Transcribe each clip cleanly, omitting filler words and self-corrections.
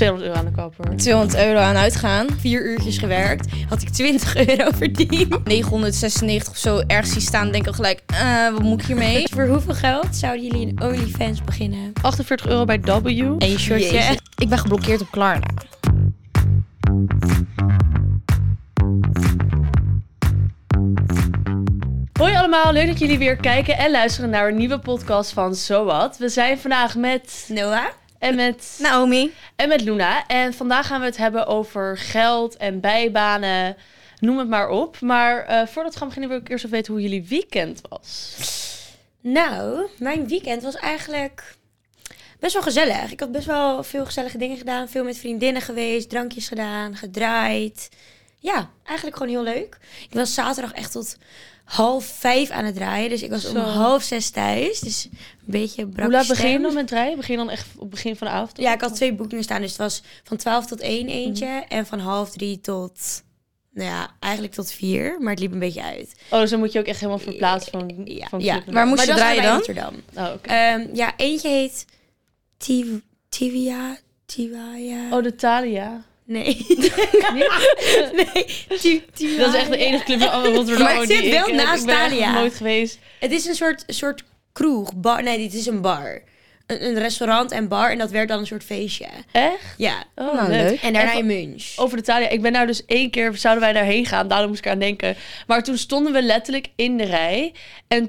€200 aan de kapper. €200 aan uitgaan. 4 uurtjes gewerkt. Had ik €20 verdiend. 996 of zo ergens zien staan. Denk ik gelijk, wat moet ik hiermee? Voor hoeveel geld zouden jullie een OnlyFans beginnen? €48 bij W. En je shortje. Jezus. Ik ben geblokkeerd op Klarna. Hoi allemaal, leuk dat jullie weer kijken en luisteren naar een nieuwe podcast van Zowat. We zijn vandaag met Noah. en met Naomi. en met Luna. En vandaag gaan we het hebben over geld en bijbanen, noem het maar op. Maar voordat we gaan beginnen wil ik eerst even weten hoe jullie weekend was. Nou, mijn weekend was eigenlijk best wel gezellig. Ik had best wel veel gezellige dingen gedaan. Veel met vriendinnen geweest, drankjes gedaan, gedraaid. Ja, eigenlijk gewoon heel leuk. Ik was zaterdag echt tot 4:30 aan het draaien. Dus ik was om 5:30 thuis. Dus een beetje brak. Hoe laat stem. begin je dan met draaien? Begin je dan echt op het begin van de avond? Ja, ik had 2 boekingen staan. Dus het was van 12 tot 1 eentje. En van 2:30 tot, nou ja, eigenlijk tot 4. Maar het liep een beetje uit. Oh, dus dan moet je ook echt helemaal verplaatsen van Ja, van ja. club naar- Waar moest je Maar dat draaien was bij dan? Rotterdam. Oh, oké. Ja, eentje heet Tivia. Oh, de Thalia. Nee. Nee. Dat is echt de enige club in Rotterdam. Maar het zit wel naast Ik ben echt Thalia. nog nooit geweest. Het is een soort kroeg, bar. Nee, dit is een bar. Een restaurant en bar. En dat werd dan een soort feestje. Echt? Ja. Oh, Nou, leuk. En daarna En een munch. Over de Thalia. Ik ben nou dus 1 keer, zouden wij daarheen gaan. Daarom moest ik aan denken. Maar toen stonden we letterlijk in de rij. En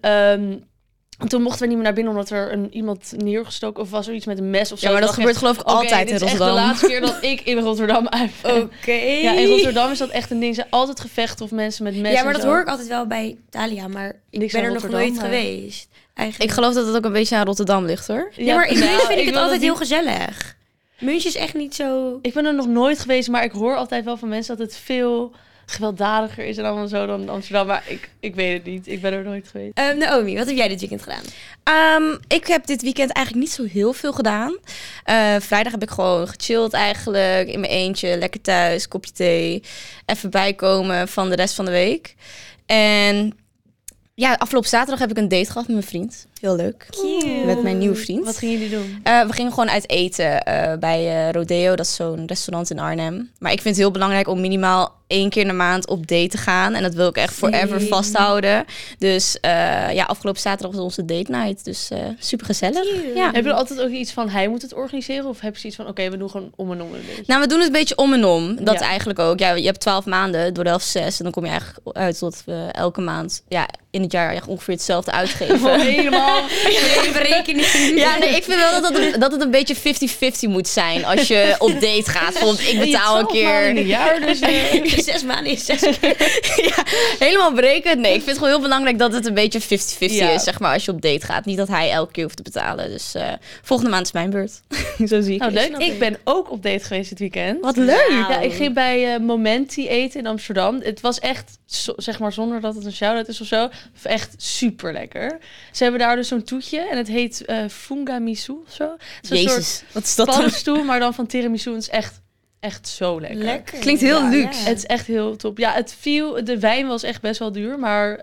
toen mochten we niet meer naar binnen omdat er iemand neergestoken of was er iets met een mes of zo. Ja, maar dat Ik dacht gebeurt echt, geloof ik oké, altijd dit in is echt Rotterdam. de laatste keer dat ik in Rotterdam uit ben. Oké. Ja, in Rotterdam is dat echt een ding. Er zijn altijd gevechten of mensen met mes Ja, maar en dat zo. hoor ik altijd wel bij Thalia. Maar Niks ik ben aan er nog Rotterdam, nooit maar- geweest. Eigenlijk. Ik geloof dat het ook een beetje aan Rotterdam ligt, hoor. Ja, maar in nou, Munch vind ik het wil dat altijd niet- heel gezellig. Munch is echt niet zo... Ik ben er nog nooit geweest, maar ik hoor altijd wel van mensen dat het veel gewelddadiger is en allemaal zo dan Amsterdam. Maar ik weet het niet. Ik ben er nooit geweest. Naomi, wat heb jij dit weekend gedaan? Ik heb dit weekend eigenlijk niet zo heel veel gedaan. Vrijdag heb ik gewoon gechilled eigenlijk. In mijn eentje, lekker thuis, kopje thee. Even bijkomen van de rest van de week. En ja, afgelopen zaterdag heb ik een date gehad met mijn vriend. Heel leuk. Cute. Met mijn nieuwe vriend. Wat gingen jullie doen? We gingen gewoon uit eten bij Rodeo. Dat is zo'n restaurant in Arnhem. Maar ik vind het heel belangrijk om minimaal 1 keer in de maand op date te gaan. En dat wil ik echt forever vasthouden. Dus ja, afgelopen zaterdag was onze date night. Dus super gezellig. Cute. Ja. Heb je er altijd ook iets van, hij moet het organiseren? Of heb je zoiets van, oké, we doen gewoon om en om een beetje? Nou, we doen het een beetje om en om. Dat Ja. eigenlijk ook. Ja, je hebt 12 maanden, door de helft 6. En dan kom je eigenlijk uit tot we elke maand in het jaar ongeveer hetzelfde uitgeven. Helemaal. Berekening. Ja, nee, ik vind wel dat het een beetje 50-50 moet zijn als je op date gaat. Bijvoorbeeld, ik betaal een keer. in een jaar, dus 6 maanden is 6 keer. Ja, helemaal berekend. Nee, ik vind het gewoon heel belangrijk dat het een beetje 50-50 Ja. is, zeg maar, als je op date gaat. Niet dat hij elke keer hoeft te betalen. Dus volgende maand is mijn beurt. Zo zie ik Nou, het. leuk. snap Ik ik. ben ook op date geweest dit weekend. Wat leuk. Ja, ik ging bij Momenti eten in Amsterdam. Het was echt, zeg maar zonder dat het een shout-out is of zo, echt super lekker. Ze hebben daar dus zo'n toetje en het heet Fungamisu of zo. Het is een soort Jezus, wat is dat dan? paddenstoel, maar dan van tiramisu. En het is echt zo lekker. Lekker. Klinkt heel luxe. Het is echt heel top. Ja, de wijn was echt best wel duur, maar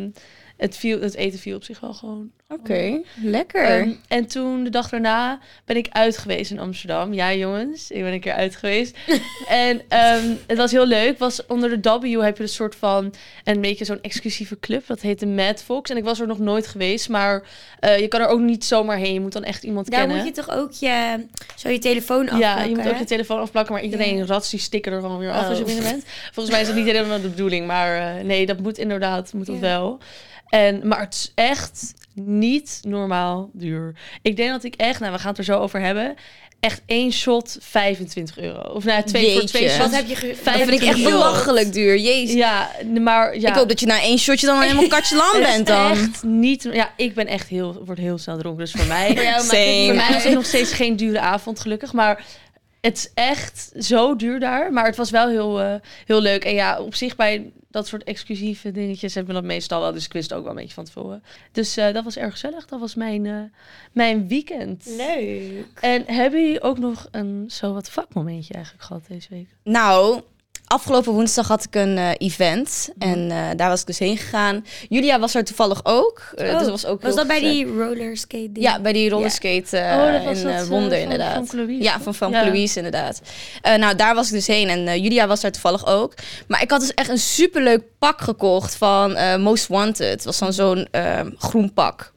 het eten viel op zich wel gewoon. Oké, lekker. En toen de dag daarna ben ik uit geweest in Amsterdam. Ja, jongens, ik ben een keer uit geweest. En het was heel leuk. Onder de W heb je een soort van een beetje zo'n exclusieve club. Dat heet de Mad Fox. En ik was er nog nooit geweest, maar je kan er ook niet zomaar heen. Je moet dan echt iemand Daar kennen. moet je toch ook je telefoon afplakken? Ja, je moet ook je telefoon afplakken, maar iedereen ratst die sticker er gewoon weer af als je Oh. binnen bent. Volgens mij is dat niet helemaal de bedoeling, maar nee, dat moet inderdaad, dat wel. Maar het is echt niet normaal duur. Ik denk dat ik echt, we gaan het er zo over hebben, echt 1 shot €25. Of nou, 2 voor Jeetje. 2 shots. Wat heb je Dat vind ik echt €25. belachelijk duur. Jezus. Ja, maar ja. Ik hoop dat je na 1 shotje dan helemaal katje lam Het is bent dan. echt niet. Ja, ik ben echt word heel snel dronken. Dus voor mij, Voor jou maakt het Same. niet voor mij uit. was het nog steeds geen dure avond, gelukkig. Maar het is echt zo duur daar. Maar het was wel heel leuk. En ja, op zich bij dat soort exclusieve dingetjes hebben we dat meestal wel. Dus ik wist het ook wel een beetje van tevoren. Dus dat was erg gezellig. Dat was mijn weekend. Leuk. En hebben jullie ook nog een zo wat vakmomentje eigenlijk gehad deze week? Nou, afgelopen woensdag had ik een event. En daar was ik dus heen gegaan. Julia was er toevallig ook. Dus dat was ook Was heel dat bij gezellig. die rollerskate ding? Ja, bij die rollerskate dat was in dat, Wonder van inderdaad. Famke Louise, Ja, toch? van Famke Ja. Louise inderdaad. Nou, daar was ik dus heen. En Julia was daar toevallig ook. Maar ik had dus echt een superleuk pak gekocht van Most Wanted. Het was dan zo'n groen pak.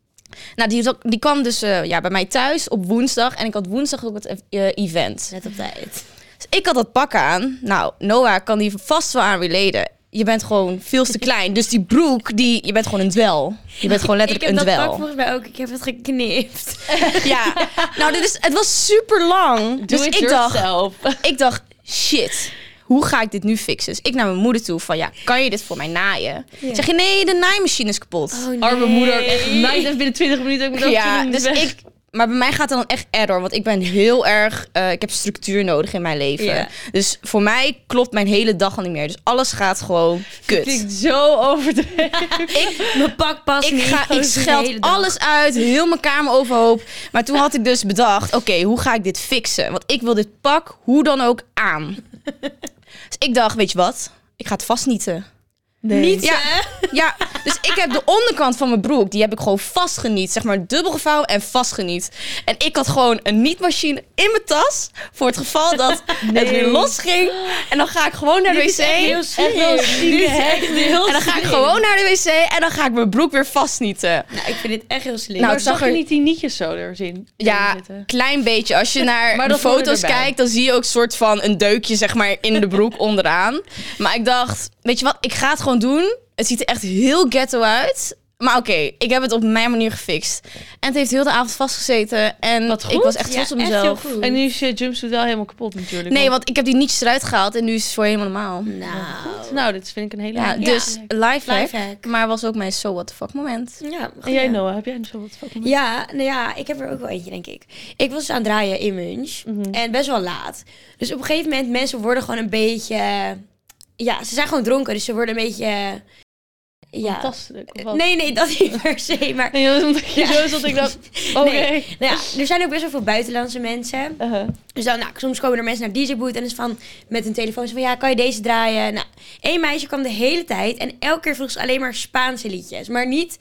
Nou, die kwam dus bij mij thuis op woensdag. En ik had woensdag ook het event. Net op tijd. Dus ik had dat pak aan. Nou, Noah kan die vast wel aan relaten. Je bent gewoon veel te klein. Dus die broek, je bent gewoon een dwel. Je bent gewoon letterlijk een Ik heb dat pak dwel. volgens mij ook. Ik heb het geknipt. Ja, nou, het was super lang. Do Dus it ik dacht, shit, hoe ga ik dit nu fixen? Dus ik naar mijn moeder toe van, kan je dit voor mij naaien? Ja. Zeg je, nee, de naaimachine is kapot. Oh, nee. Arme moeder, echt meid binnen 20 minuten. Ik moet ook Ja, doen, dus weg. maar bij mij gaat het dan echt error. Want ik ben heel erg... ik heb structuur nodig in mijn leven. Ja. Dus voor mij klopt mijn hele dag al niet meer. Dus alles gaat gewoon kut. Klinkt zo overdreven. Mijn pak past niet. Ik Gewoon de scheld hele dag. alles uit, heel mijn kamer overhoop. Maar toen had ik dus bedacht, oké, hoe ga ik dit fixen? Want ik wil dit pak hoe dan ook aan. Dus ik dacht, weet je wat? Ik ga het vastnieten. Niet, Ja. hè? Ja, dus ik heb de onderkant van mijn broek, die heb ik gewoon vastgeniet. Zeg maar dubbel gevouwen en vastgeniet. En ik had gewoon een nietmachine in mijn tas. Voor het geval dat het weer los ging. En dan ga ik gewoon naar de Dit is echt heel wc. slim. Echt wel ziek, Dit is hè? echt heel En dan ga ik slim. gewoon naar de wc. En dan ga ik mijn broek weer vastnieten. Nou, ik vind dit echt heel slim. Nou, Maar het zag zag je er- niet die nietjes zo erin Ja, zitten? klein beetje. Als je naar Maar de dat hoorde foto's erbij. kijkt, dan zie je ook een soort van een deukje zeg maar in de broek onderaan. Maar ik dacht, weet je wat, ik ga het gewoon doen. Het ziet er echt heel ghetto uit. Maar oké, ik heb het op mijn manier gefixt. En het heeft heel de avond vastgezeten. En Wat goed. ik was echt Ja, trots op echt mezelf. heel goed. En nu is je jumpsuit wel helemaal kapot natuurlijk. Nee, want ik heb die nietjes eruit gehaald en nu is het voor helemaal normaal. Nou, dit vind ik een hele... Ja, Ja. dus lifehack. lifehack. Maar was ook mijn so what the fuck moment. Ja, En jij ja. Noah, heb jij zo wat fucking... Ja, nou ja, ik heb er ook wel eentje, denk ik. Ik was aan het draaien in Munch. En best wel laat. Dus op een gegeven moment, mensen worden gewoon een beetje... Ja, ze zijn gewoon dronken, dus ze worden een beetje... Ja. Fantastisch. Of wat? Nee, dat niet per se, maar... Nee, dat is omdat je zo zat, ik dacht... Oké. Nee. Nou ja, er zijn ook best wel veel buitenlandse mensen. Dus dan, soms komen er mensen naar DJ-boot en is van met een telefoon zo van, ja, kan je deze draaien? Nou, één meisje kwam de hele tijd en elke keer vroeg ze alleen maar Spaanse liedjes. Maar niet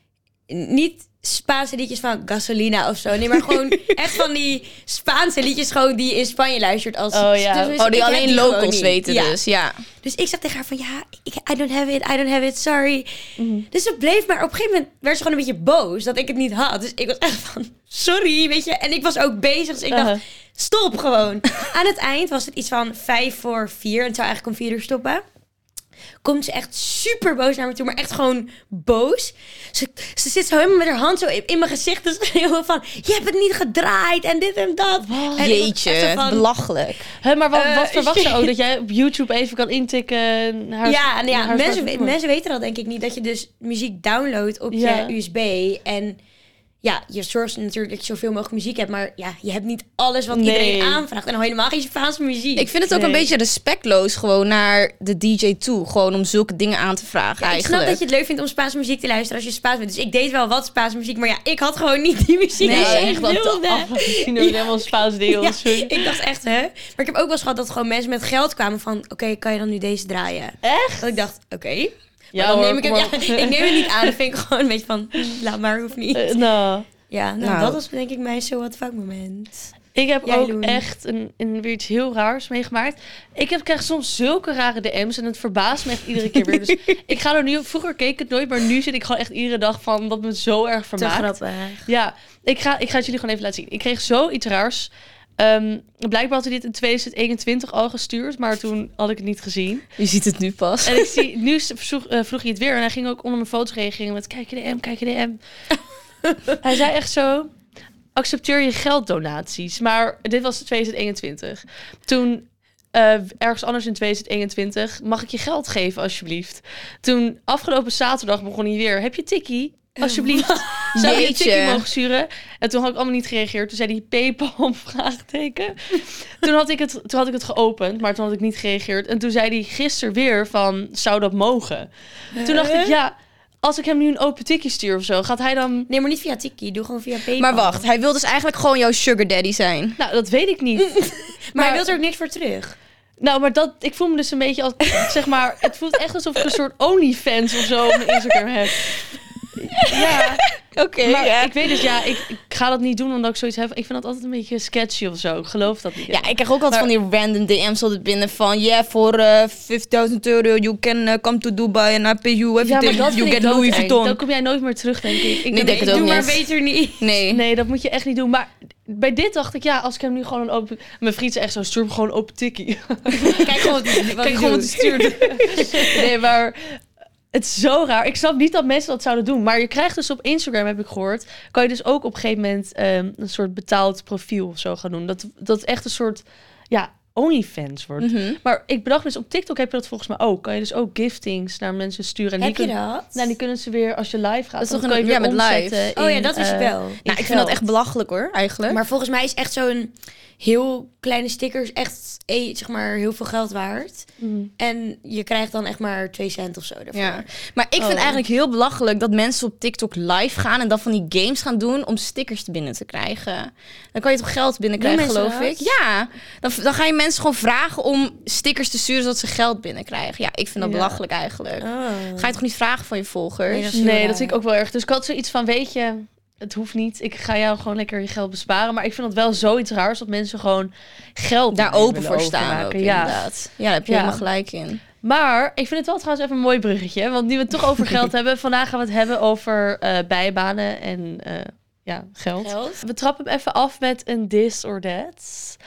Spaanse liedjes van Gasolina of zo. Nee, maar gewoon echt van die Spaanse liedjes gewoon die je in Spanje luistert. Als Oh ja. dus Oh, ik die heb alleen gewoon locals niet. weten Ja. dus, ja. Dus ik zag tegen haar van, ja, I don't have it, sorry. Dus ze bleef, maar op een gegeven moment werd ze gewoon een beetje boos dat ik het niet had. Dus ik was echt van, sorry, weet je. En ik was ook bezig, dus ik dacht, stop gewoon. Aan het eind was het iets van 3:55 en het zou eigenlijk om 4:00 stoppen. Komt ze echt super boos naar me toe, maar echt gewoon boos. Ze zit zo helemaal met haar hand zo in mijn gezicht te schreeuwen van, je hebt het niet gedraaid en dit en dat. En ik was Jeetje, echt zo van, belachelijk. Hè, maar wat verwacht ze shit. ook? Dat jij op YouTube even kan intikken? Ja, mensen weten dat denk ik niet. Dat je dus muziek downloadt op Ja. je USB. En ja, je zorgt natuurlijk dat je zoveel mogelijk muziek hebt. Maar ja, je hebt niet alles wat iedereen aanvraagt. En al helemaal geen Spaanse muziek. Ik vind het ook een beetje respectloos gewoon naar de DJ toe. Gewoon om zulke dingen aan te vragen ik eigenlijk. snap dat je het leuk vindt om Spaanse muziek te luisteren als je Spaans bent. Dus ik deed wel wat Spaanse muziek. Maar ja, ik had gewoon niet die muziek Nee, die ik echt wat wilde. misschien ook helemaal Spaans deel. Ja, of zo. ik dacht echt, hè? Maar ik heb ook wel eens gehad dat gewoon mensen met geld kwamen van... Oké, kan je dan nu deze draaien? Echt? Dat ik dacht, oké. Ja, dan hoor, neem ik het, kom op. ik neem het niet aan. Dan vind ik gewoon een beetje van... Laat maar, hoeft niet. Nou, Ja, Nou. dat was denk ik mijn so what the fuck moment. ik heb Jij, ook Loen? echt weer iets heel raars meegemaakt. Ik krijg soms zulke rare DM's en het verbaast me echt iedere keer weer. Dus ik ga er nu... Vroeger keek ik het nooit, maar nu zit ik gewoon echt iedere dag van... Wat me zo erg Te vermaakt. grappig. Ja, ik ga het jullie gewoon even laten zien. Ik kreeg zoiets raars. Blijkbaar had hij dit in 2021 al gestuurd, maar toen had ik het niet gezien. Je ziet het nu pas. En ik zie, nu vroeg hij het weer en hij ging ook onder mijn foto's reageren met kijk je de M. Hij zei echt zo, accepteer je gelddonaties. Maar dit was 2021. Toen... ergens anders in 2021, mag ik je geld geven alsjeblieft? Toen, afgelopen zaterdag begon hij weer, heb je tikkie? Alsjeblieft, zou je een Jeetje. tikkie mogen sturen? En toen had ik allemaal niet gereageerd. Toen zei hij PayPal, vraagteken. Toen had ik het geopend, maar toen had ik niet gereageerd. En toen zei hij gisteren weer van, zou dat mogen? Toen dacht ik, ja, als ik hem nu een open tikkie stuur of zo, gaat hij dan... Nee, maar niet via Tiki. Doe gewoon via PayPal. Maar wacht, hij wil dus eigenlijk gewoon jouw sugar daddy zijn. Nou, dat weet ik niet. Maar hij wil er ook niks voor terug. Nou, maar ik voel me dus een beetje als, zeg maar, het voelt echt alsof ik een soort OnlyFans of zo op mijn Instagram heb. Ja, Oké, maar ja. ik weet dus, ik ga dat niet doen omdat ik zoiets heb. Ik vind dat altijd een beetje sketchy of zo. Ik geloof dat niet. Ja, ik krijg ook altijd van die random DM's altijd binnen van... Yeah, voor €50.000 you can come to Dubai and I pay you everything. Ja, maar dat you vind ik get Louis doodeng. Vuitton. Dan kom jij nooit meer terug, denk ik. Nee, denk het ook Doe maar niet. beter niet. Nee. Nee, dat moet je echt niet doen. Maar bij dit dacht ik, als ik hem nu gewoon een open... Mijn vriend zei echt zo, stuur hem gewoon een open tikkie. Kijk gewoon wat Kijk gewoon wat hij stuurt. Nee, maar... Het is zo raar. Ik snap niet dat mensen dat zouden doen. Maar je krijgt dus op Instagram, heb ik gehoord... kan je dus ook op een gegeven moment... een soort betaald profiel of zo gaan doen. Dat echt een soort... OnlyFans wordt. Maar ik bedacht dus, op TikTok heb je dat volgens mij ook. Kan je dus ook giftings naar mensen sturen. En Heb je die dat? Nou, die kunnen ze weer, als je live gaat... Dat is dan toch kan je een- weer ja, met live. omzetten Oh ja, in, dat is wel. in Nou, ik vind geld. dat echt belachelijk hoor, eigenlijk. Maar volgens mij is echt zo'n heel kleine stickers echt zeg maar heel veel geld waard. Mm. En je krijgt dan echt maar 2 cent of zo daarvoor. Ja. Maar ik vind eigenlijk heel belachelijk dat mensen op TikTok live gaan... en dan van die games gaan doen om stickers te binnen te krijgen. Dan kan je toch geld binnenkrijgen, Doen mensen geloof dat? ik. Ja, dan ga je mensen gewoon vragen om stickers te sturen... zodat ze geld binnenkrijgen. Ja, ik vind dat Ja. belachelijk eigenlijk. Oh. Ga je toch niet vragen van je volgers? Nee, dat is heel Nee, raar. dat vind ik ook wel erg. Dus ik had zoiets van, weet je, het hoeft niet. Ik ga jou gewoon lekker je geld besparen. Maar ik vind het wel zoiets raars dat mensen gewoon geld Daar ermee open willen voor staan ook, overmaken. inderdaad. Ja, daar heb je Ja. helemaal gelijk in. Maar ik vind het wel trouwens even een mooi bruggetje. Want nu we het toch over geld hebben. Vandaag gaan we het hebben over bijbanen en geld. We trappen hem even af met een this or that.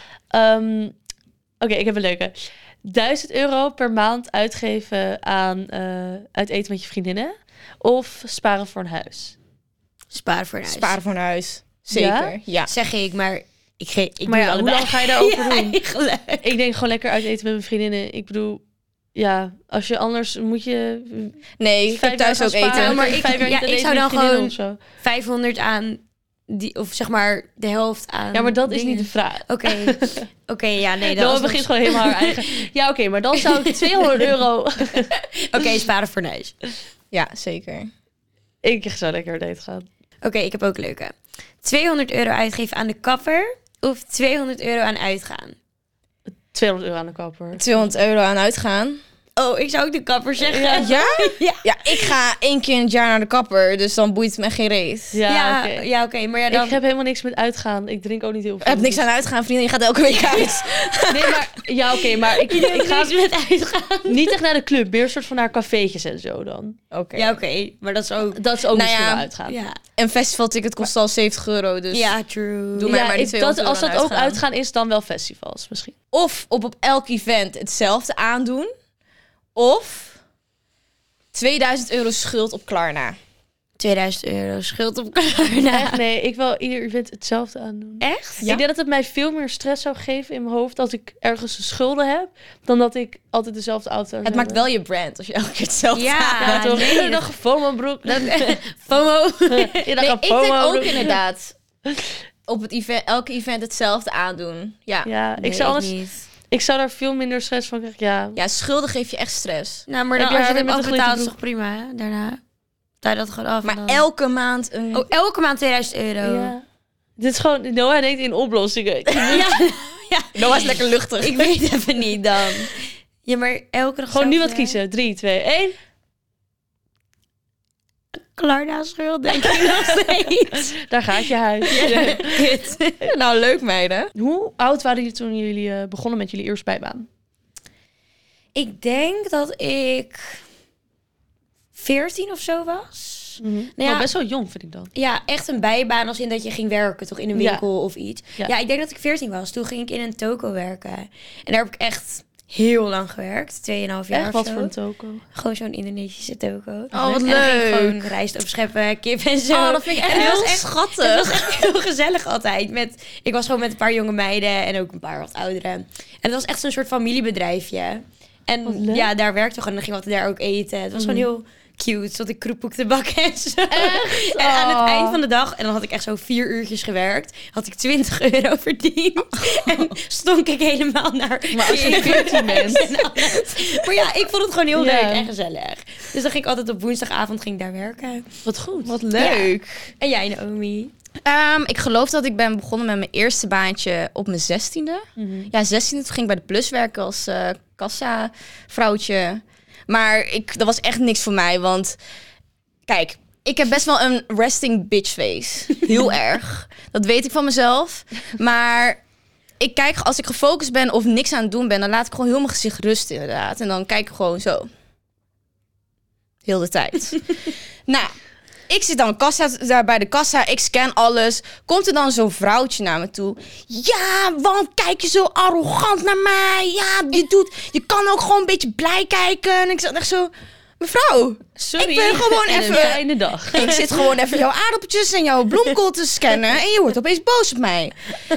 Oké, ik heb een leuke. €1.000 per maand uitgeven aan uit eten met je vriendinnen. Of sparen voor een huis. Sparen voor een huis. Sparen voor een huis. Zeker, ja. Zeg ik, maar ik Maar doe ja, hoe allebei. lang ga je daarover doen? Eigenlijk. Ik denk gewoon lekker uit eten met mijn vriendinnen. Ik bedoel, als je anders moet je... Nee, ik heb thuis ook eten. Ja, maar maar ik- ik, 5 jaar ja, niet ik eten zou met dan vriendinnen gewoon- of zo. 500 aan die, of zeg maar de helft aan. Ja, maar dat is dingen. niet de vraag. Oké, ja, nee. Dat Dan was begint gewoon helemaal haar eigen... Ja, oké, maar dan zou ik €200... Oké, sparen voor een huis. Ja, zeker. Ik zou lekker op date gaan. Oké, ik heb ook leuke. €200 uitgeven aan de kapper of €200 aan uitgaan? €200 aan de kapper. €200 aan uitgaan. Oh, ik zou ook de kapper zeggen. Ja? Ja? Ja. Ja, ik ga 1 keer in het jaar naar de kapper, dus dan boeit het me geen reet. Ja, oké. Maar ja, dan... Ik heb helemaal niks met uitgaan. Ik drink ook niet heel veel. Ik heb niks aan uitgaan, vrienden. Je gaat elke week uit. Nee, maar... Ja, oké, maar ik ga niks met uitgaan. niet echt naar de club. Meer een soort van naar cafeetjes en zo dan. Oké. Ja, oké. Maar dat is ook... Dat is ook Nou misschien ja, wel uitgaan. Ja, Een festivalticket kost al €70, dus... ja true. Doe mij maar die €200 als dat aan ook uitgaan. uitgaan is, dan wel festivals misschien. Of op elk event hetzelfde aandoen. Of €2000 schuld op Klarna. €2000 schuld op Klarna. Echt? Nee, ik wil ieder event hetzelfde aandoen. Echt? Ja? Ik denk dat het mij veel meer stress zou geven in mijn hoofd als ik ergens schulden heb, dan dat ik altijd dezelfde auto zou Het maakt hebben. wel je brand als je elke keer hetzelfde Ja. aandoet. Ja, toch? nee, Iedere dat- dag een FOMO-broek. FOMO. Iedere Nee, dag ik een denk FOMO-broek. ook inderdaad op het event, elke event hetzelfde aandoen. Ja. Ja, Nee, ik zou daar veel minder stress van krijgen. Ja, Ja, schulden geef je echt stress. Nou, maar Heb dan, je als je haar het weer hebt met een afbetaald is glitter toch prima, hè? Daarna betaal je dat gewoon af. Maar en dan... elke maand een... Oh, elke maand €2000. ja. Dit is gewoon... Noah denkt in oplossingen. Ja, Dat was lekker luchtig. ik weet even niet dan. Ja, maar elke dag Gewoon nu wat hetzelfde. kiezen. 3, 2, 1. Klarna schuld, denk ik nog steeds. Daar gaat je huis. Kut. Nou, leuk meiden. Hoe oud waren jullie toen jullie begonnen met jullie eerste bijbaan? Ik denk dat ik 14 of zo was. Nou ja. best wel jong vind ik dan. Ja, echt een bijbaan als in dat je ging werken, toch in een Ja. winkel of iets. Ja. Ja, ik denk dat ik 14 was. Toen ging ik in een toko werken. En daar heb ik echt heel lang gewerkt. 2,5 jaar Echt? of Wat zo. voor een toko? Gewoon zo'n Indonesische toko. Oh, wat En dan ging ik leuk. gewoon rijst opscheppen, kip en zo. Oh, dat vind ik echt En het heel was echt- schattig. Het was echt heel gezellig altijd. Ik was gewoon met een paar jonge meiden en ook een paar wat ouderen. En het was echt zo'n soort familiebedrijfje. Wat En leuk. ja, daar werkte we gewoon. En dan gingen we altijd daar ook eten. Het was gewoon heel cute. Zat ik kroephoek te bakken en zo. Echt? En aan Oh. het eind van de dag, en dan had ik echt zo 4 uurtjes gewerkt, had ik €20 verdiend. En stonk ik helemaal naar... Maar als je 14 bent. en alles. Maar ja, ik vond het gewoon heel Ja. leuk en gezellig. Dus dan ging ik altijd op woensdagavond ging ik daar werken. Wat goed. Wat leuk. En jij, Naomi? Ik geloof dat ik ben begonnen met mijn eerste baantje op mijn 16e. Ja, 16e. Toen ging ik bij de Plus werken als kassa-vrouwtje. Maar dat was echt niks voor mij. Want kijk, ik heb best wel een resting bitch face. Heel erg. Dat weet ik van mezelf. Maar ik kijk, als ik gefocust ben of niks aan het doen ben... dan laat ik gewoon heel mijn gezicht rusten inderdaad. En dan kijk ik gewoon zo. Heel de tijd. Nou... Ik zit dan daar bij de kassa, ik scan alles. Komt er dan zo'n vrouwtje naar me toe. Ja, want kijk je zo arrogant naar mij. Ja, je kan ook gewoon een beetje blij kijken. En ik zat echt zo, mevrouw, sorry. Ik ben gewoon En even... een fijne dag. Ik zit gewoon even jouw aardappeltjes en jouw bloemkool te scannen. En je wordt opeens boos op mij.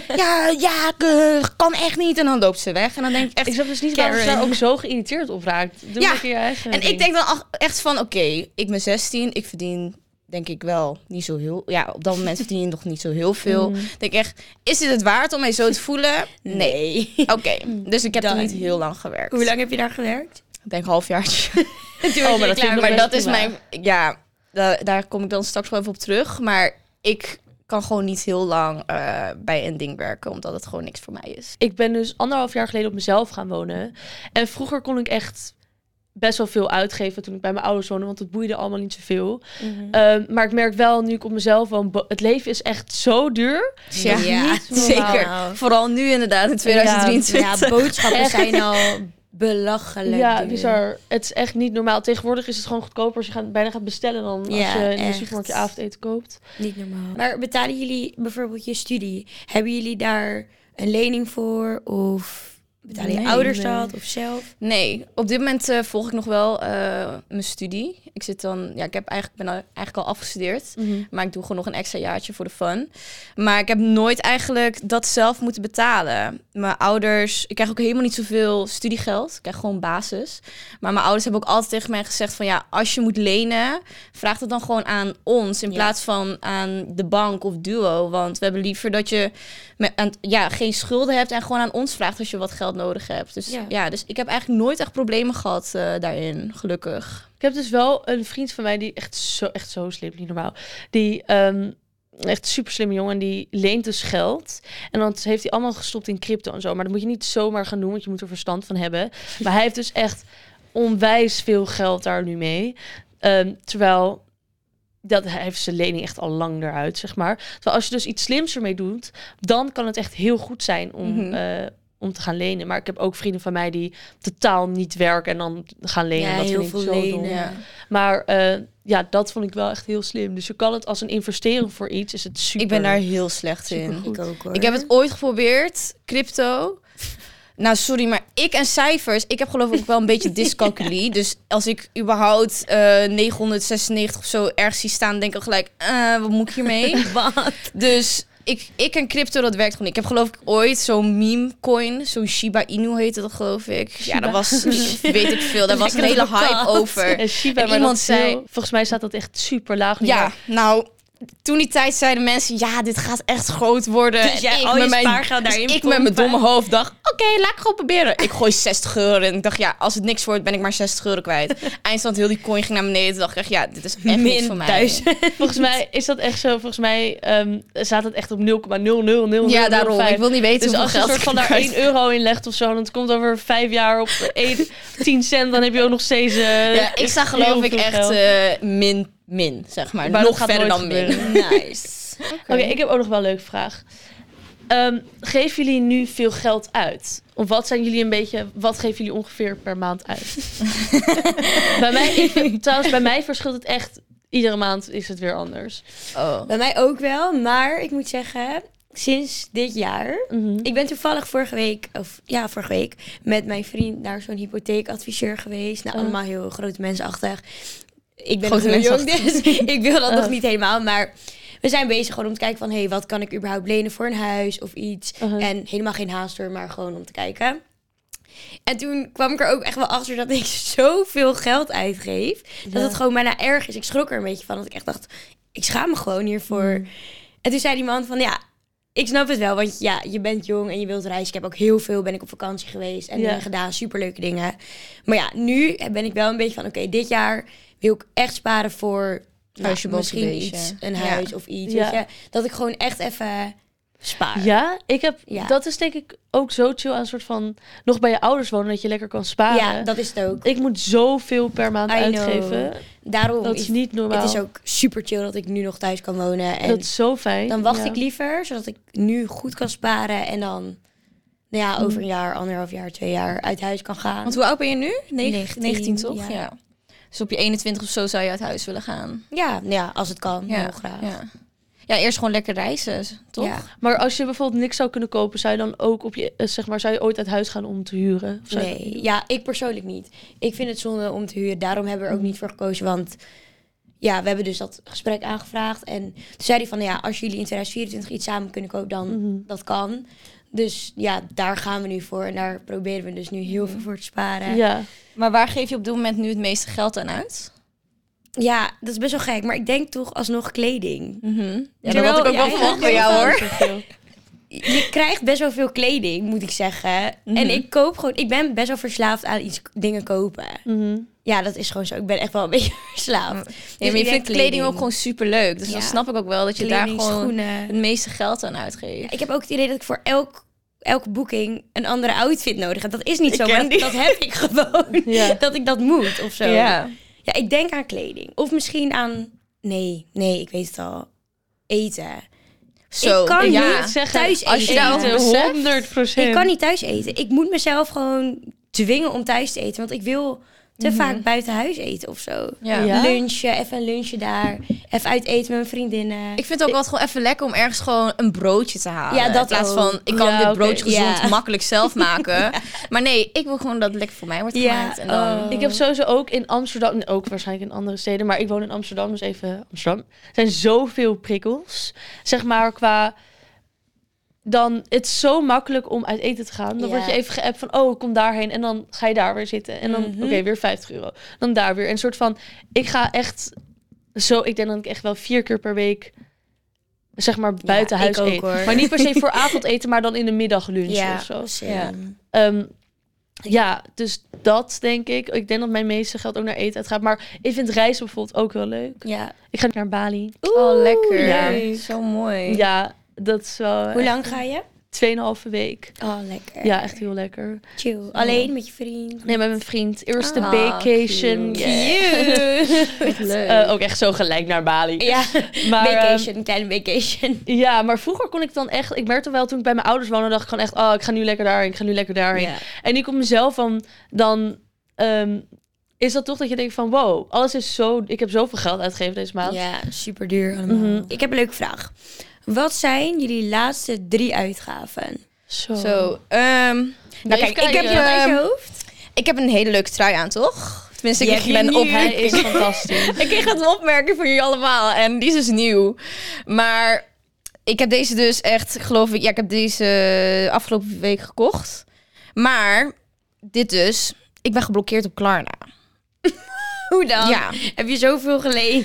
Ja, kan echt niet. En dan loopt ze weg. En dan denk ik echt... Ik snap dus niet waarom ze daar ook zo geïrriteerd op raakt. Doe een keer je eigen en ding. ik denk dan echt van, oké, ik ben 16. Ik verdien... denk ik wel niet zo heel... Ja, op dat moment verdien je nog niet zo heel veel. Denk echt, is dit het waard om mij zo te voelen? Nee. Oké, dus ik heb er niet heel lang gewerkt. Hoe lang heb je daar gewerkt? Ik denk een halfjaartje. Maar dat vind ik Maar best dat is prima. mijn... Ja, daar kom ik dan straks wel even op terug. Maar ik kan gewoon niet heel lang bij een ding werken... omdat het gewoon niks voor mij is. Ik ben dus 1,5 jaar geleden op mezelf gaan wonen. En vroeger kon ik echt best wel veel uitgeven toen ik bij mijn ouders woonde, want het boeide allemaal niet zoveel. Maar ik merk wel, nu ik op mezelf woon, het leven is echt zo duur. Ja, Niet normaal. zeker. Vooral nu inderdaad, in 2023. Ja, boodschappen zijn al belachelijk Ja, duur. bizar. Het is echt niet normaal. Tegenwoordig is het gewoon goedkoper als je bijna gaat bestellen dan als Ja, je in de echt. supermarkt je avondeten koopt. Niet normaal. Maar betalen jullie bijvoorbeeld je studie? Hebben jullie daar een lening voor? Of betalen je Nee, ouders nee. dat? Of zelf? Nee, op dit moment volg ik nog wel mijn studie. Ik zit dan, ja, ben eigenlijk al afgestudeerd, maar ik doe gewoon nog een extra jaartje voor de fun. Maar ik heb nooit eigenlijk dat zelf moeten betalen. Mijn ouders, ik krijg ook helemaal niet zoveel studiegeld. Ik krijg gewoon basis. Maar mijn ouders hebben ook altijd tegen mij gezegd van ja, als je moet lenen, vraag dat dan gewoon aan ons in plaats van aan de bank of Duo. Want we hebben liever dat je geen schulden hebt en gewoon aan ons vraagt als je wat geld nodig hebt. Dus dus ik heb eigenlijk nooit echt problemen gehad daarin, gelukkig. Ik heb dus wel een vriend van mij die echt zo slim, niet normaal. Die echt super slimme jongen, die leent dus geld. En dan heeft hij allemaal gestopt in crypto en zo. Maar dat moet je niet zomaar gaan doen, want je moet er verstand van hebben. Maar hij heeft dus echt onwijs veel geld daar nu mee. Terwijl hij heeft zijn lening echt al lang eruit, zeg maar. Terwijl als je dus iets slims ermee doet, dan kan het echt heel goed zijn om te gaan lenen. Maar ik heb ook vrienden van mij die totaal niet werken en dan gaan lenen. Ja, dat heel vind ik veel zo lenen. dom. Ja. Maar dat vond ik wel echt heel slim. Dus je kan het als een investering voor iets, is het super. Ik ben daar heel slecht in. Ik ook hoor. Ik heb het ooit geprobeerd, crypto. Nou, sorry, maar ik en cijfers, ik heb geloof ik wel een beetje dyscalculie. Dus als ik überhaupt 996 of zo ergens zie staan, denk ik al gelijk, wat moet ik hiermee? Wat? Dus ik en crypto, dat werkt gewoon niet. Ik heb geloof ik ooit zo'n meme coin, zo'n Shiba Inu heette dat geloof ik. Ja, dat was, weet ik veel, daar was een hele hype over. En Shiba, En maar iemand dat zei- volgens mij staat dat echt super laag nu. Ja, nou, toen die tijd zeiden mensen, ja, dit gaat echt groot worden. Dus En jij ik al met je mijn- spaargeld daarin dus ik met mijn pompen. domme hoofd dacht, oké, laat ik gewoon proberen. Ik gooi 60 euro en ik dacht, ja, als het niks wordt, ben ik maar 60 euro kwijt. Eindstand, heel die coin ging naar beneden. Toen dacht ik echt, ja, dit is echt niks voor mij. 1000. Volgens mij is dat echt zo. Volgens mij staat het echt op 0,00005. Ja, daarom. Ik wil niet weten Dus hoeveel als je een geld soort van ik daar kwijt 1 euro in legt of zo, en het komt over 5 jaar op 10 cent, dan heb je ook nog steeds. Ja, ik sta geloof ik echt min, zeg maar. Maar dat nog gaat verder nooit dan min. Nice. Oké, ik heb ook nog wel een leuke vraag. Geven jullie nu veel geld uit? Of wat geven jullie ongeveer per maand uit? Bij mij verschilt het echt. Iedere maand is het weer anders. Oh. Bij mij ook wel, maar ik moet zeggen, sinds dit jaar... Ik ben toevallig vorige week met mijn vriend naar zo'n hypotheekadviseur geweest. Nou, allemaal heel grote mensenachtig. Ik ben nog Grote heel jong, mensenachtig. dus ik wil dat nog niet helemaal. Maar we zijn bezig gewoon om te kijken van... hey, wat kan ik überhaupt lenen voor een huis of iets? En helemaal geen haast hoor, maar gewoon om te kijken. En toen kwam ik er ook echt wel achter dat ik zoveel geld uitgeef. Dat het gewoon bijna erg is. Ik schrok er een beetje van. Dat ik echt dacht, ik schaam me gewoon hiervoor. En toen zei die man van, ja, ik snap het wel. Want ja, je bent jong en je wilt reizen. Ik heb ook heel veel, ben ik op vakantie geweest. En dingen gedaan, superleuke dingen. Maar ja, nu ben ik wel een beetje van, oké, dit jaar wil ik echt sparen voor Huisje boven misschien beestje. iets, een Ja. huis of iets. Ja. Weet je? Dat ik gewoon echt even spaar. Ja, Ja. dat is denk ik ook zo chill aan een soort van nog bij je ouders wonen, dat je lekker kan sparen. Ja, dat is het ook. Ik moet zoveel per maand I know. uitgeven. Daarom Dat is niet normaal. Het is ook super chill dat ik nu nog thuis kan wonen. En Dat is zo fijn. dan wacht Ja. ik liever, zodat ik nu goed kan sparen. En dan over een jaar, 1,5 jaar, 2 jaar uit huis kan gaan. Want hoe oud ben je nu? 19, 19 toch? ja. Ja. Dus op je 21 of zo zou je uit huis willen gaan. Ja, als het kan, heel graag. Ja, eerst gewoon lekker reizen, toch? Ja. Maar als je bijvoorbeeld niks zou kunnen kopen, zou je dan ook op je, zeg maar, zou je ooit uit huis gaan om te huren? Of zou je- Nee, ja, ik persoonlijk niet. Ik vind het zonde om te huren. Daarom hebben we er ook niet voor gekozen. Want ja, we hebben dus dat gesprek aangevraagd. En toen zei hij van, ja, als jullie in 2024 iets samen kunnen kopen, dan dat kan. Dus ja, daar gaan we nu voor. En daar proberen we dus nu heel veel voor te sparen. Ja. Maar waar geef je op dit moment nu het meeste geld aan uit? Ja, dat is best wel gek. Maar ik denk toch alsnog kleding. Ja, dat had ik ook wel verwacht bij jou, hoor. Je krijgt best wel veel kleding, moet ik zeggen. En ik koop gewoon... Ik ben best wel verslaafd aan dingen kopen. Ja, dat is gewoon zo. Ik ben echt wel een beetje verslaafd. Ja, Dus maar je ik denk vindt kleding ook gewoon super leuk. Dus dan Ja. snap ik ook wel dat je Kleding, daar gewoon schoenen. het meeste geld aan uitgeeft. Ik heb ook het idee dat ik voor elke boeking een andere outfit nodig heb. Dat is niet Ik zo, ken maar die. dat heb ik gewoon. Ja. Dat ik dat moet of zo. Ja. Ja, ik denk aan kleding. Of misschien aan... Nee, ik weet het al. Eten. Zo, ik kan ja. niet zeggen, thuis eten. als je daarover beseft. 100%. Ik kan niet thuis eten. Ik moet mezelf gewoon dwingen om thuis te eten. Want ik wil te vaak buiten huis eten of zo. Ja. Ja. Lunchen, even een lunchje daar. Even uit eten met mijn vriendinnen. Ik vind het ook altijd gewoon even lekker om ergens gewoon een broodje te halen. Ja, dat in plaats ook. van, ik kan Ja, dit oké. broodje gezond Ja. makkelijk zelf maken. Maar nee, ik wil gewoon dat het lekker voor mij wordt Ja, gemaakt. En dan... oh. Ik heb sowieso ook in Amsterdam, en ook waarschijnlijk in andere steden, maar ik woon in Amsterdam, dus even Amsterdam. Er zijn zoveel prikkels, zeg maar, qua... Dan, het is zo makkelijk om uit eten te gaan. Dan Ja. word je even geappt van, oh, kom daarheen. En dan ga je daar weer zitten. En dan, oké, weer €50. Dan daar weer. En een soort van, ik ga echt zo... Ik denk dat ik echt wel 4 keer per week, zeg maar, buiten ik huis ook, eet. hoor. Maar niet per se voor avondeten, maar dan in de middaglunch of zo. Ja. Ja, dus dat denk ik. Ik denk dat mijn meeste geld ook naar eten uitgaat. Maar ik vind reizen bijvoorbeeld ook wel leuk. Ja. Ik ga naar Bali. Oh, lekker. Ja. Zo mooi. Ja, dat is wel... Hoe lang ga je? 2,5 week. Oh, lekker. Ja, echt heel lekker. Chill. Alleen met je vriend? Nee, met mijn vriend. Eerste Ah, vacation. cute. Yeah. Wat leuk. Ook echt zo gelijk naar Bali. Ja, Maar, vacation, een kleine vacation. Ja, maar vroeger kon ik dan echt... Ik merkte wel toen ik bij mijn ouders woonde, dacht ik gewoon echt... Oh, ik ga nu lekker daarheen, ik ga nu lekker daarheen. Ja. En ik op mezelf van... Dan is dat toch dat je denkt van... Wow, alles is zo... Ik heb zoveel geld uitgegeven deze maand. Ja, super duur allemaal. Ik heb een leuke vraag. Wat zijn jullie laatste 3 uitgaven? Zo. Zo. Nou, kijk, ik heb, Heb je dat uit je hoofd? ik heb een hele leuke trui aan, toch? Tenminste, Die ik heb je ben nu. op... Hij is fantastisch. Ik kreeg het opmerken van jullie allemaal. En die is dus nieuw. Maar ik heb deze dus echt, geloof ik... Ja, ik heb deze afgelopen week gekocht. Maar dit dus... Ik ben geblokkeerd op Klarna. Hoe dan? Ja. Heb je zoveel geleend?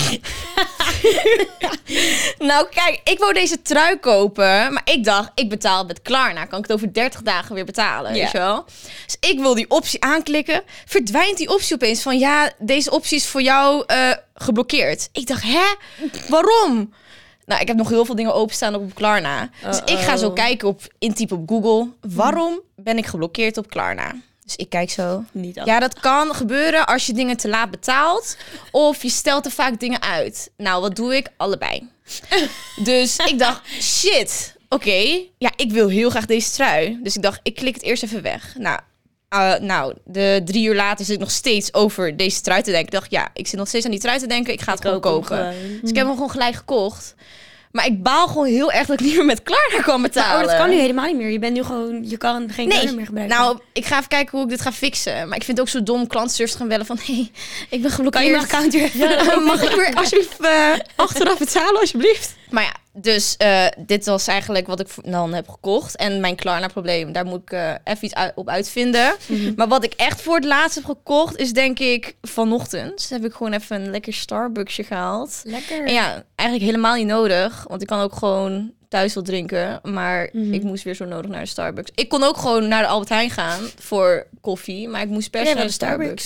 Nou, kijk, ik wou deze trui kopen. Maar ik dacht, ik betaal met Klarna. Kan ik het over 30 dagen weer betalen, Ja. weet je wel? Dus ik wil die optie aanklikken. Verdwijnt die optie opeens van... Ja, deze optie is voor jou geblokkeerd. Ik dacht, hè? Waarom? Nou, ik heb nog heel veel dingen openstaan op Klarna. Dus ik ga zo kijken intypen op Google. Waarom ben ik geblokkeerd op Klarna? Dus ik kijk zo. Niet Ja, dat kan gebeuren als je dingen te laat betaalt. Of je stelt te vaak dingen uit. Nou, wat doe ik? Allebei. Dus ik dacht, shit. Oké, ja, ik wil heel graag deze trui. Dus ik dacht, ik klik het eerst even weg. Nou, de 3 uur later zit ik nog steeds over deze trui te denken. Ik dacht, ja, ik zit nog steeds aan die trui te denken. Ik ga het gewoon kopen. Dus ik heb hem gewoon gelijk gekocht. Maar ik baal gewoon heel erg dat ik niet meer met Klarna kan betalen. Oh, dat kan nu helemaal niet meer. Je bent nu gewoon... Je kan geen Klarna meer gebruiken. Nou, ik ga even kijken hoe ik dit ga fixen. Maar ik vind het ook zo dom klantenservice gaan bellen van... Hey, ik ben geblokkeerd. kan je mijn account weer even... Mag ik weer alsjeblieft achteraf betalen, alsjeblieft? Maar ja, dus dit was eigenlijk wat ik dan heb gekocht. En mijn Klarna-probleem, daar moet ik even iets op uitvinden. Maar wat ik echt voor het laatst heb gekocht... is denk ik vanochtend. Dus heb ik gewoon even een lekker Starbucksje gehaald. Lekker. En ja, eigenlijk helemaal niet nodig. Want ik kan ook gewoon thuis wel drinken. Maar ik moest weer zo nodig naar de Starbucks. Ik kon ook gewoon naar de Albert Heijn gaan voor koffie. Maar ik moest per se Ja, naar naar de de Starbucks.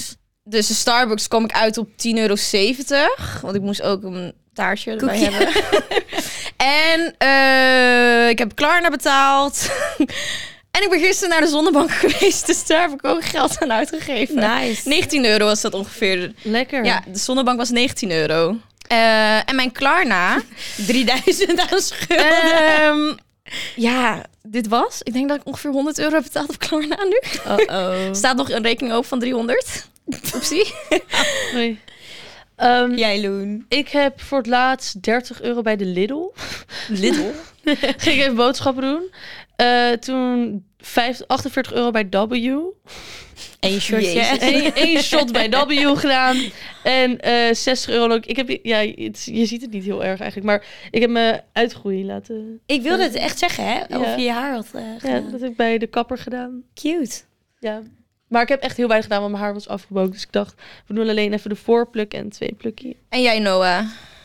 Dus de Starbucks kwam ik uit op €10,70. Want ik moest ook een taartje erbij hebben. En ik heb Klarna betaald. En ik ben gisteren naar de zonnebank geweest. Dus daar heb ik ook geld aan uitgegeven. Nice. €19 was dat ongeveer. Lekker. Ja, de zonnebank was €19. En mijn Klarna... 3000 aan schulden. Ja, dit was... Ik denk dat ik ongeveer €100 heb betaald op Klarna nu. Staat nog een rekening open van 300. Oepsie. Nee. Jij, Loen. Ik heb voor het laatst €30 bij de Lidl. Lidl? Ging ik even boodschappen doen. Toen €48 bij W. Eén shotje. Jezus. Eén shot bij W gedaan. En €60 ook. Ik heb, ja, je ziet het niet heel erg eigenlijk. Maar ik heb me uitgroeien laten. Ik wilde het echt zeggen, hè? Of Ja. je je haar had Ja, gedaan. dat heb ik bij de kapper gedaan. Cute. Ja. Maar ik heb echt heel weinig gedaan, want mijn haar was afgebroken. Dus ik dacht, we doen alleen even de voorpluk en 2 plukje. En jij, Noah?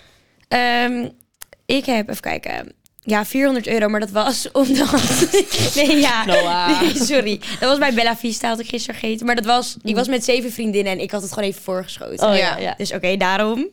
Ik heb, even kijken... Ja, €400, maar dat was omdat... Nee, ja. Noah. Nee, sorry. Dat was bij Bella Vista, had ik gisteren gegeten. Maar dat was... Ik was met 7 vriendinnen en ik had het gewoon even voorgeschoten. Oh Ja. ja. Dus oké, daarom.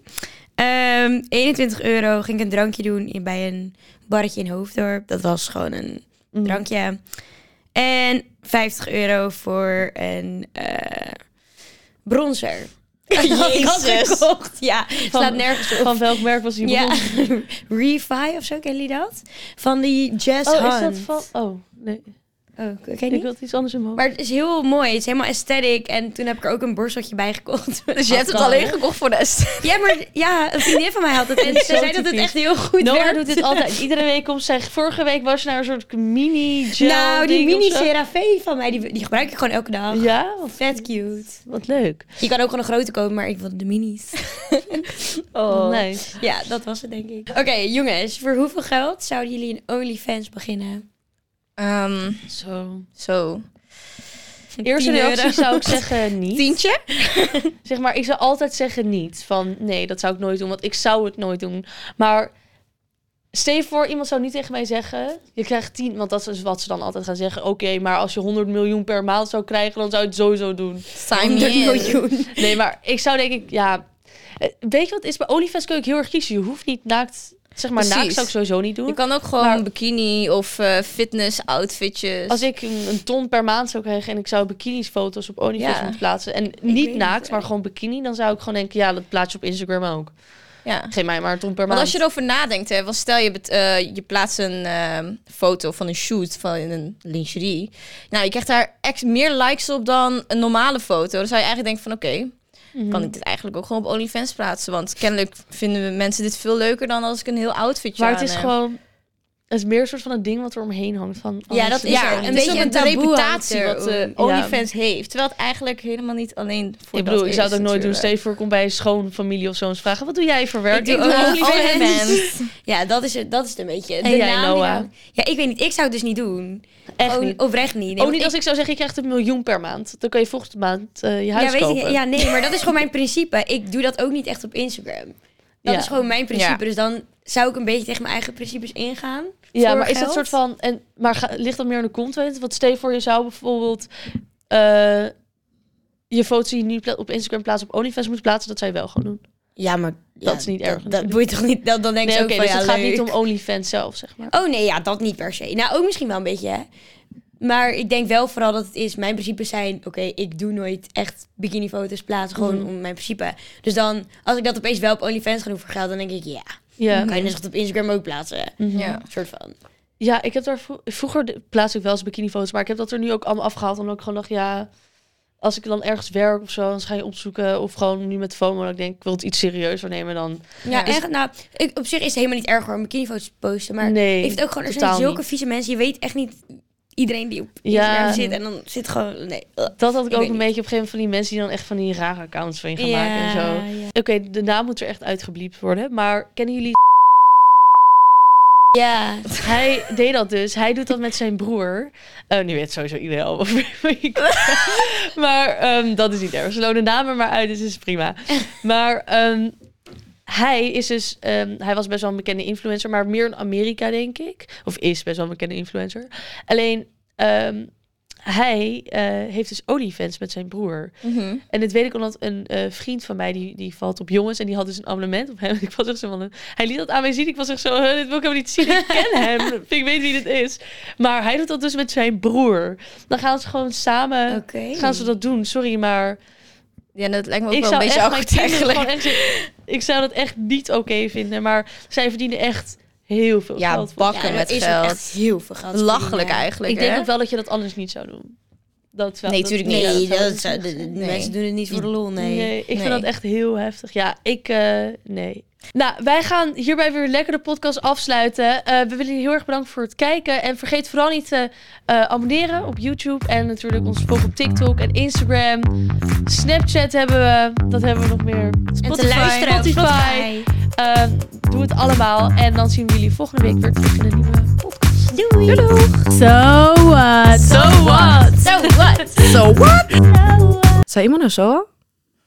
€21 ging ik een drankje doen bij een barretje in Hoofddorp. Dat was gewoon een drankje. En €50 voor een bronzer. Ik had Jezus. gekocht. Ja, staat nergens op. Van welk merk was die Ja, bron? Refi of zo, kennen jullie dat? Van die Jazz Oh, is Hunt. dat van... Oh, nee. Oh, ken je Ik niet? wil iets anders in mijn hoofd. Maar het is heel mooi. Het is helemaal aesthetic. En toen heb ik er ook een borsteltje bij gekocht. Dus je hebt het alleen gekocht voor de est. Ja, maar ja, een vriendin van mij had het. En ze Zo zei dat het typisch. echt heel goed Noah werkt. doet dit altijd. Iedere week komt zij... Vorige week was je naar een soort mini-gel Nou, die ding of mini zo. CeraVe van mij, die gebruik ik gewoon elke dag. Ja? Vet cute. Wat leuk. Je kan ook gewoon een grote kopen, maar ik wilde de minis. Oh, nee. Ja, dat was het denk ik. Oké, jongens. Voor hoeveel geld zouden jullie een OnlyFans beginnen? Zo. Eerste €10. reactie zou ik zeggen niet. Tientje? Zeg maar, ik zou altijd zeggen niet. Van nee, dat zou ik nooit doen, want ik zou het nooit doen. Maar stel je voor, iemand zou niet tegen mij zeggen... Je krijgt 10, want dat is wat ze dan altijd gaan zeggen. Oké, maar als je 100 miljoen per maand zou krijgen... dan zou je het sowieso doen. Sign me 100 in. miljoen. Nee, maar ik zou denk ik... Ja, weet je wat het is? Bij OnlyFans kun je heel erg kiezen. Je hoeft niet naakt... Zeg maar, Precies. naakt zou ik sowieso niet doen. Je kan ook gewoon Maar- bikini of fitness outfitjes. Als ik een ton per maand zou krijgen... en ik zou bikinisfoto's op OnlyFans Ja. moeten plaatsen... en weet niet niet, naakt, maar gewoon bikini... dan zou ik gewoon denken, ja, dat plaats je op Instagram ook. Ja. Geef mij maar een ton per Want maand. als je erover nadenkt, hè, want stel je plaatst een foto van een shoot van een lingerie. Nou, je krijgt daar meer likes op dan een normale foto. Dan zou je eigenlijk denken van oké, kan ik dit eigenlijk ook gewoon op OnlyFans plaatsen? Want kennelijk vinden mensen dit veel leuker dan als ik een heel outfitje Maar aan het is heb. gewoon... Het is meer een soort van een ding wat er omheen hangt. Van, Ja, oh, dat het is Ja, er. een Een beetje beetje de een taboe reputatie hangt wat er. OnlyFans heeft. Terwijl het eigenlijk helemaal niet alleen voor Ik bedoel, dat ik zou is, het ook nooit doen. natuurlijk. Stel je voor, ik kom bij een schoonfamilie of zo eens vragen... Wat doe jij voor werk? Ik doe ook OnlyFans. Ja, dat is het een beetje. En jij, naam die Noah? dan- Ja, ik weet niet. Ik zou het dus niet doen. Echt Gewoon niet. oprecht niet. Nee, Ook want niet als ik zou zeggen, je krijgt 1 miljoen per maand. Dan kan je volgende maand je huis ja, weet kopen. je, ja, nee, maar dat is gewoon mijn principe. Ik doe dat ook niet echt op Instagram. Dat Ja. is gewoon mijn principe. Ja. Dus dan zou ik een beetje tegen mijn eigen principes ingaan. Ja, voor maar is dat geld. soort van... Maar ligt dat meer aan de content? Want stel je voor, je zou bijvoorbeeld... je foto's die je nu op Instagram plaatst op OnlyFans moet plaatsen. Dat zou je wel gewoon doen. Ja, maar Dat is niet erg Dat natuurlijk. boeit toch niet? Dan denk Nee, ik oké, ook van dus ja, het gaat leuk. niet om OnlyFans zelf, zeg maar. Oh nee, ja, dat niet per se. Nou, ook misschien wel een beetje, hè. Maar ik denk wel vooral dat het is... Mijn principes zijn... Oké, ik doe nooit echt bikinifoto's plaatsen. Gewoon om mijn principe. Dus dan, als ik dat opeens wel op OnlyFans ga doen voor geld... dan denk ik, ja, Ja. kan je dus op Instagram ook plaatsen. Ja. Soort van. Ja, ik heb daar vroeger plaats ik wel eens bikinifoto's, maar ik heb dat er nu ook allemaal afgehaald. Omdat ik gewoon dacht, ja, als ik dan ergens werk of zo, dan ga je opzoeken. Of gewoon nu met FOMO, dat ik denk, ik wil het iets serieuzer nemen dan. Ja, Dus- echt. Nou, op zich is het helemaal niet erg hoor, om bikinifoto's te posten. Maar Nee, ik vind ook gewoon, er zijn totaal zulke niet. vieze mensen. Je weet echt niet iedereen die op Ja. Instagram zit. En dan zit gewoon, nee. Dat had ik Ik ook weet een niet. beetje op een gegeven moment van die mensen die dan echt van die rare accounts van je gaan maken en zo. ja. Oké, de naam moet er echt uitgebliept worden. Maar kennen jullie... Ja. Hij deed dat dus. Hij doet dat met zijn broer. Nu weet sowieso iedereen al over wie maar dat is niet erg. Ze lonen de naam er maar uit, dus is prima. Maar hij is dus... hij was best wel een bekende influencer, maar meer in Amerika, denk ik. Of is best wel een bekende influencer. Alleen... hij heeft dus OnlyFans met zijn broer. En dit weet ik omdat een vriend van mij, die valt op jongens. En die had dus een abonnement op hem. Ik was echt zo van, hij liet dat aan mij zien. Ik was echt zo, dit wil ik helemaal niet zien. Ik ken hem. Ik weet wie dit is. Maar hij doet dat dus met zijn broer. Dan gaan ze gewoon samen gaan ze dat doen. Sorry, maar... Ja, dat lijkt me ook wel een beetje awkward eigenlijk. Ik zou dat echt niet oké vinden. Maar zij verdienen echt heel veel geld. Bakken met geld. Echt heel veel geld. Lachelijk eigenlijk. Ik denk ook wel dat je dat anders niet zou doen. Dat wel, nee, natuurlijk niet. Mensen doen het niet voor de lol, nee. Ik vind dat echt heel heftig. Ja, nee. Nou, wij gaan hierbij weer lekker de podcast afsluiten. We willen jullie heel erg bedanken voor het kijken. En vergeet vooral niet te abonneren op YouTube. En natuurlijk ons volgen op TikTok en Instagram. Snapchat hebben we. Dat hebben we nog meer. Spotify. En te luisteren op Spotify. Doe het allemaal. En dan zien we jullie volgende week weer terug in een nieuwe podcast. Doei. Doei. So what? So what? So what? So what? Zei iemand nou zo?